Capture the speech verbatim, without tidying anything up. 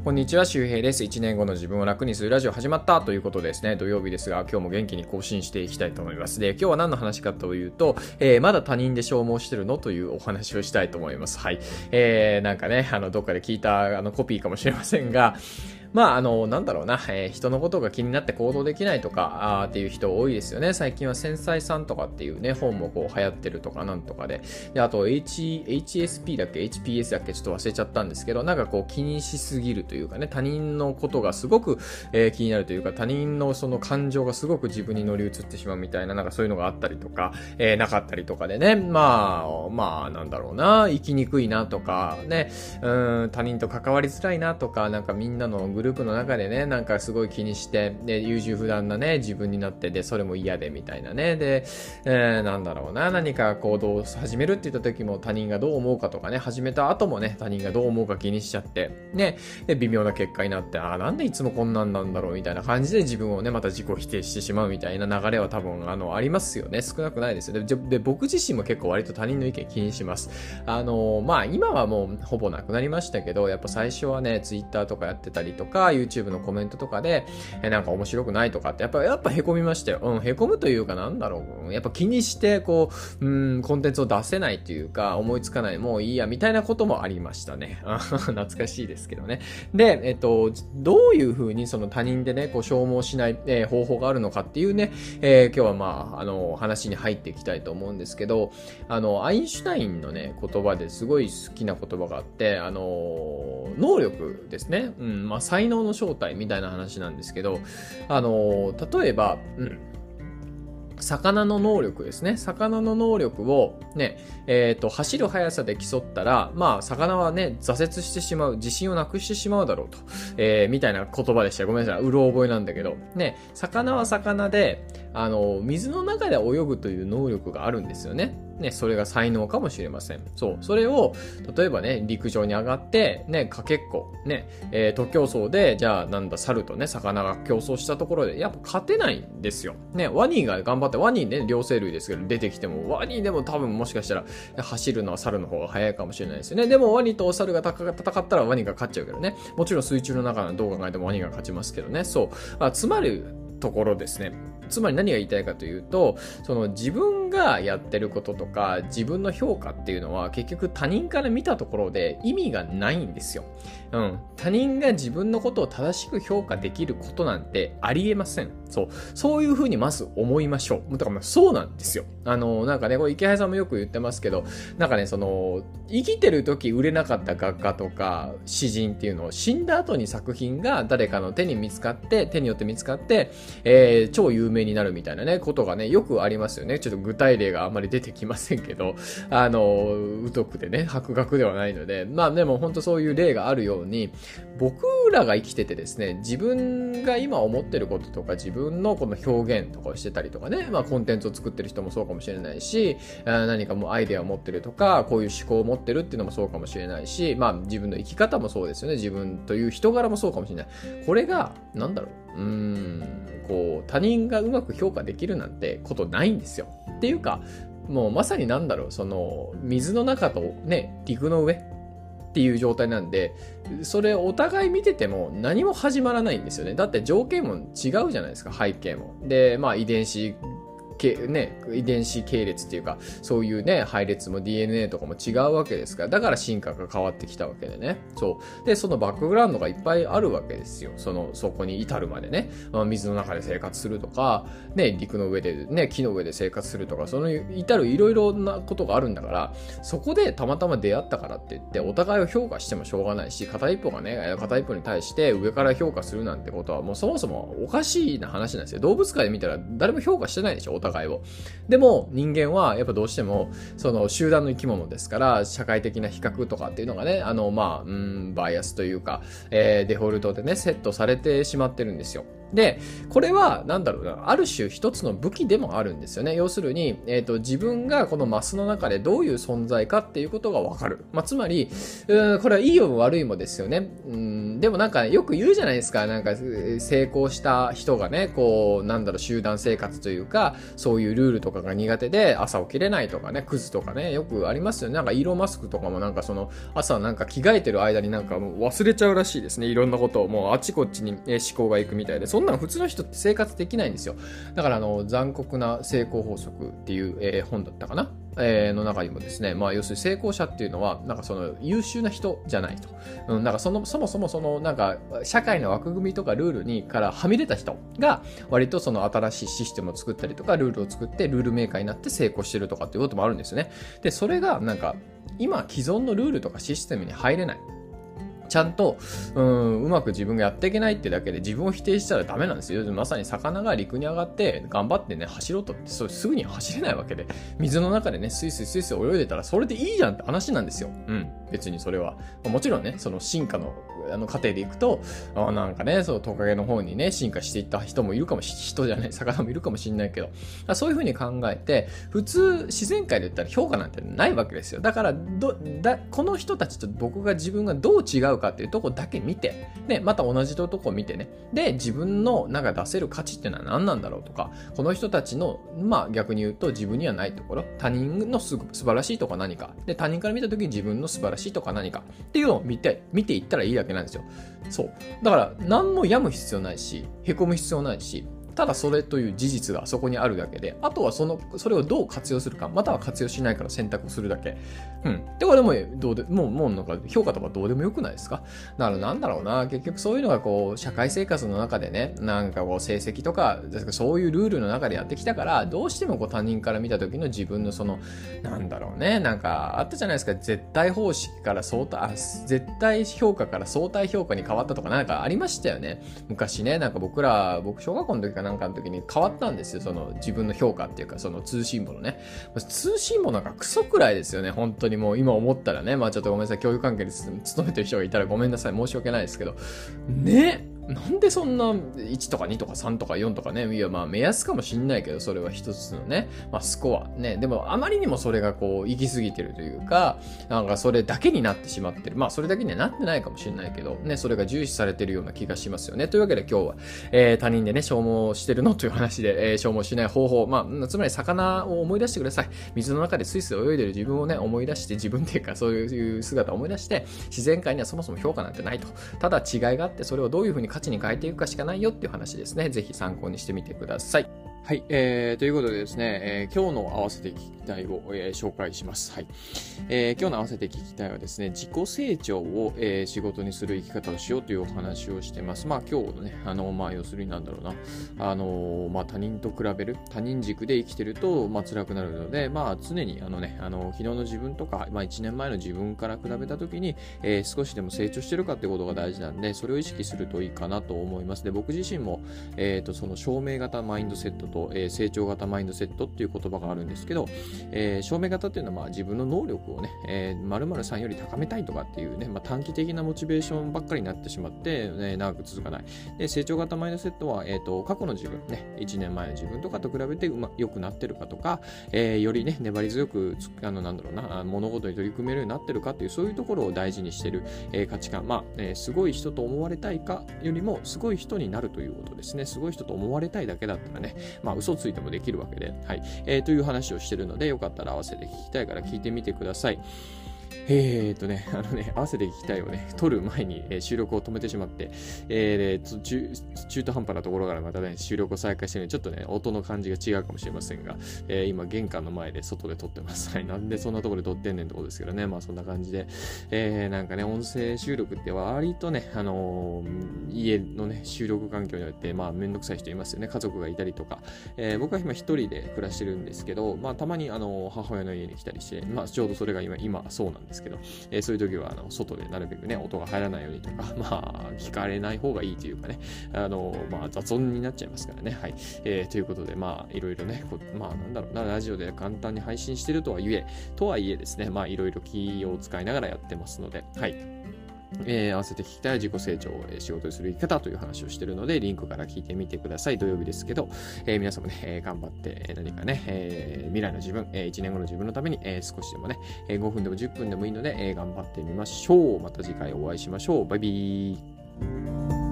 こんにちは、周平です。いちねんごの自分を楽にするラジオ始まったということですね。土曜日ですが、今日も元気に更新していきたいと思います。で、今日は何の話かというと、えー、まだ他人で消耗してるのというお話をしたいと思います。はい。えー、なんかね、あの、どっかで聞いたあのコピーかもしれませんが、まあ、あの、なんだろうな、えー、人のことが気になって行動できないとか、あーっていう人多いですよね。最近は繊細さんとかっていうね、本もこう流行ってるとかなんとかで。で、あと、H、エイチエスピー だっけ ?エイチピーエス だっけちょっと忘れちゃったんですけど、なんかこう気にしすぎるというかね、他人のことがすごく、えー、気になるというか、他人のその感情がすごく自分に乗り移ってしまうみたいな、なんかそういうのがあったりとか、えー、なかったりとかでね、まあ、まあ、なんだろうな、生きにくいなとか、ね、うーん、他人と関わりづらいなとか、なんかみんなのグループの中でね、なんかすごい気にして、で、優柔不断なね、自分になって、で、それも嫌でみたいなね、で、えー、なんだろうな、何か行動を始めるって言った時も他人がどう思うかとかね、始めた後もね、他人がどう思うか気にしちゃって、ね、で、微妙な結果になって、あー、なんでいつもこんなんなんだろうみたいな感じで自分をね、また自己否定してしまうみたいな流れは多分、あの、ありますよね。少なくないですよね。で、で僕自身も結構割と他人の意見気にします。あの、まあ、今はもうほぼなくなりましたけど、やっぱ最初はね、ツイッターとかやってたりとか、YouTube のコメントとかで、え、なんか面白くないとかって、やっぱ、やっぱ凹みましたよ。うん、凹むというかなんだろう。やっぱ気にして、こう、うん、コンテンツを出せないというか、思いつかない、もういいや、みたいなこともありましたね。懐かしいですけどね。で、えっと、どういうふうにその他人でね、こう消耗しない、えー、方法があるのかっていうね、えー、今日はまあ、あの、話に入っていきたいと思うんですけど、あの、アインシュタインのね、言葉ですごい好きな言葉があって、あの、能力ですね。うん、まあ、才能の正体みたいな話なんですけど、あの、例えば、うん、魚の能力ですね。魚の能力をね、えっと、走る速さで競ったら、まあ、魚はね、挫折してしまう、自信をなくしてしまうだろうと、えー、みたいな言葉でした。ごめんなさい。うろ覚えなんだけど。ね、魚は魚で、あの、水の中で泳ぐという能力があるんですよね。ね、それが才能かもしれません。そう。それを、例えばね、陸上に上がって、ね、かけっこ、ね、えー、徒競走で、じゃあ、なんだ、猿とね、魚が競争したところで、やっぱ勝てないんですよ。ね、ワニが頑張って、ワニね、両生類ですけど、出てきても、ワニでも多分もしかしたら、走るのは猿の方が早いかもしれないですよね。でも、ワニと猿が戦ったらワニが勝っちゃうけどね。もちろん水中の中のどう考えてもワニが勝ちますけどね。そう。まあ、つまり、ところですね。つまり何が言いたいかというと、その自分がやってることとか自分の評価っていうのは結局他人から見たところで意味がないんですよ。うん。他人が自分のことを正しく評価できることなんてありえません。そう。そういうふうにまず思いましょう。だからそうなんですよ。あの、なんかね、これ池原さんもよく言ってますけど、なんかね、その、生きてる時売れなかった画家とか詩人っていうのを死んだ後に作品が誰かの手に見つかって、手によって見つかって、えー、超有名になるみたいなね、ことがね、よくありますよね。ちょっと具体例があんまり出てきませんけど、あの、疎くでね、博学ではないので、まあでも本当そういう例があるように、僕らが生きててですね、自分が今思ってることとか、自分のこの表現とかをしてたりとかね、まあコンテンツを作ってる人もそうかもしれないし、何かもうアイデアを持ってるとか、こういう思考を持ってるっていうのもそうかもしれないし、まあ自分の生き方もそうですよね。自分という人柄もそうかもしれない。これが、なんだろう、うーん、こう、他人がうまく評価できるなんてことないんですよ。っていうか、もうまさになんだろう、その、水の中とね、陸の上っていう状態なんで、それお互い見てても何も始まらないんですよね。だって条件も違うじゃないですか、背景も。で、まあ遺伝子、ね、遺伝子系列っていうか、そういうね、配列も ディーエヌエー とかも違うわけですから、だから進化が変わってきたわけでね。そう。で、そのバックグラウンドがいっぱいあるわけですよ。その、そこに至るまでね。まあ、水の中で生活するとか、ね、陸の上で、ね、木の上で生活するとか、その至るいろいろなことがあるんだから、そこでたまたま出会ったからって言って、お互いを評価してもしょうがないし、片一方がね、片一方に対して上から評価するなんてことは、もうそもそもおかしいな話なんですよ。動物界で見たら誰も評価してないでしょ、お互いを。でも人間はやっぱどうしてもその集団の生き物ですから社会的な比較とかっていうのがねあのまあうんバイアスというか、えー、デフォルトでねセットされてしまってるんですよ。 で、これは、なんだろうな、ある種一つの武器でもあるんですよね。要するに、えっと、自分がこのマスの中でどういう存在かっていうことがわかる。まあ、つまり、うん、これはいいよも悪いもですよね。うん、でもなんかよく言うじゃないですか。なんか、成功した人がね、こう、なんだろう、集団生活というか、そういうルールとかが苦手で、朝起きれないとかね、クズとかね、よくありますよね。なんか、イーロンマスクとかもなんかその、朝なんか着替えてる間になんかもう忘れちゃうらしいですね。いろんなことをもうあっちこっちに思考がいくみたいで、そんなの普通の人って生活できないんですよ。だからあの残酷な成功法則っていう、えー、本だったかな、えー、の中にもですね、まあ要するに成功者っていうのはなんかその優秀な人じゃないと、うん、なんかそのそもそもそのなんか社会の枠組みとかルールにからはみ出た人が割とその新しいシステムを作ったりとかルールを作ってルールメーカーになって成功してるとかっていうこともあるんですよね。でそれがなんか今既存のルールとかシステムに入れない、ちゃんと、うん、うまく自分がやっていけないってだけで自分を否定したらダメなんですよ。まさに魚が陸に上がって頑張ってね走ろうとってそれすぐに走れないわけで、水の中でねスイスイスイスイ泳いでたらそれでいいじゃんって話なんですよ。うん、別にそれはもちろんねその進化のあの過程でいくとあなんかねそうトカゲの方にね進化していった人もいるかもし人じゃない魚もいるかもしれないけど、そういう風に考えて普通自然界で言ったら評価なんてないわけですよ。だからどだこの人たちと僕が自分がどう違うかっていうとこだけ見て、でまた同じとこを見てね、で自分のなんか出せる価値っていうのは何なんだろうとか、この人たちのまあ逆に言うと自分にはないところ、他人のす素晴らしいところは何かで、他人から見た時に自分の素晴らしいところは何かっていうのを見て見ていったらいいだけなんですよ。そうだから何も病む必要ないしへこむ必要ないし、ただそれという事実がそこにあるだけで、あとはそのそれをどう活用するか、または活用しないから選択するだけ。うん。でこれもどうでもうもうなんか評価とかどうでもよくないですか。だからなんだろうな、結局そういうのがこう社会生活の中でね、なんかこう成績とかそういうルールの中でやってきたから、どうしてもこう他人から見た時の自分のそのなんだろうね、なんかあったじゃないですか、絶対方式から相対あ絶対評価から相対評価に変わったとかなんかありましたよね。昔ね、なんか僕ら僕小学校の時かなんかの時に変わったんですよ、その自分の評価っていうかその通信簿のね、通信簿なんかクソくらいですよね本当に。もう今思ったらね、まあちょっとごめんなさい、教育関係に勤めてる人がいたらごめんなさい、申し訳ないですけどね。なんでそんないちとかにとかさんとかよんとかね、いやまあ目安かもしんないけど、それは一つのね、まあスコアね、でもあまりにもそれがこう行き過ぎてるというか、なんかそれだけになってしまってる。まあそれだけにはなってないかもしれないけど、ね、それが重視されてるような気がしますよね。というわけで今日は、えー、他人でね、消耗してるのという話で、えー、消耗しない方法、まあ、つまり魚を思い出してください。水の中でスイスイ泳いでる自分をね、思い出して、自分っていうかそういう姿を思い出して、自然界にはそもそも評価なんてないと。ただ違いがあって、それをどういうふうに価値に変えていくかしかないよっていう話ですね。ぜひ参考にしてみてください。はい、えー、ということでですね、えー、今日の合わせて聞きたいを、えー、紹介します。はい、えー、今日の合わせて聞きたいはですね、自己成長を、えー、仕事にする生き方をしようというお話をしてます。まあ今日のね、あの、まあ要するになんだろうな、あの、まあ他人と比べる、他人軸で生きてると、まあ辛くなるので、まあ常にあのね、あの、昨日の自分とか、まあいちねんまえの自分から比べたときに、えー、少しでも成長してるかってことが大事なんで、それを意識するといいかなと思います。で、僕自身も、えっと、その証明型マインドセットと、えー、成長型マインドセットっていう言葉があるんですけど、えー、証明型っていうのはまあ自分の能力をね、えー、〇〇さんより高めたいとかっていうね、まあ、短期的なモチベーションばっかりになってしまって、ね、長く続かない。で、成長型マインドセットは、えーと、過去の自分ね、いちねんまえの自分とかと比べてうま良くなってるかとか、えー、よりね、粘り強くあのなんだろうな、物事に取り組めるようになってるかっていう、そういうところを大事にしてる、えー、価値観。まあ、えー、すごい人と思われたいかよりも、すごい人になるということですね。すごい人と思われたいだけだったらね、まあ、嘘ついてもできるわけで、はい、えー、という話をしてるので、よかったら合わせて聞きたいから聞いてみてください。えーっとね、あのね、合わせて聞きたいをね、撮る前に、えー、収録を止めてしまって、えー、中、中途半端なところからまたね、収録を再開してるので、ちょっとね、音の感じが違うかもしれませんが、えー、今、玄関の前で外で撮ってます。はい、なんでそんなところで撮ってんねんってことですけどね、まあそんな感じで、えー、なんかね、音声収録って割とね、あのー、家のね、収録環境によって、まあめんどくさい人いますよね、家族がいたりとか、えー、僕は今一人で暮らしてるんですけど、まあたまにあの、母親の家に来たりして、まあちょうどそれが今、今そうなんですですけど、えー、そういう時はあの外でなるべくね音が入らないようにとか、まあ聞かれない方がいいというかね、あのまあ雑音になっちゃいますからね。はい、えー、ということでまあいろいろね、まあなんだろうな、ラジオで簡単に配信してるとはいえとはいえですね、まあいろいろ気を使いながらやってますので、はい。 えー、合わせて聞きたい自己成長、えー、仕事にする生き方という話をしているので、リンクから聞いてみてください。土曜日ですけど、えー、皆さんもね、えー、頑張って何かね、えー、未来の自分、えー、いちねんごの自分のために、えー、少しでもね、えー、ごふんでもじゅっぷんでもいいので、えー、頑張ってみましょう。また次回お会いしましょう。バイビー。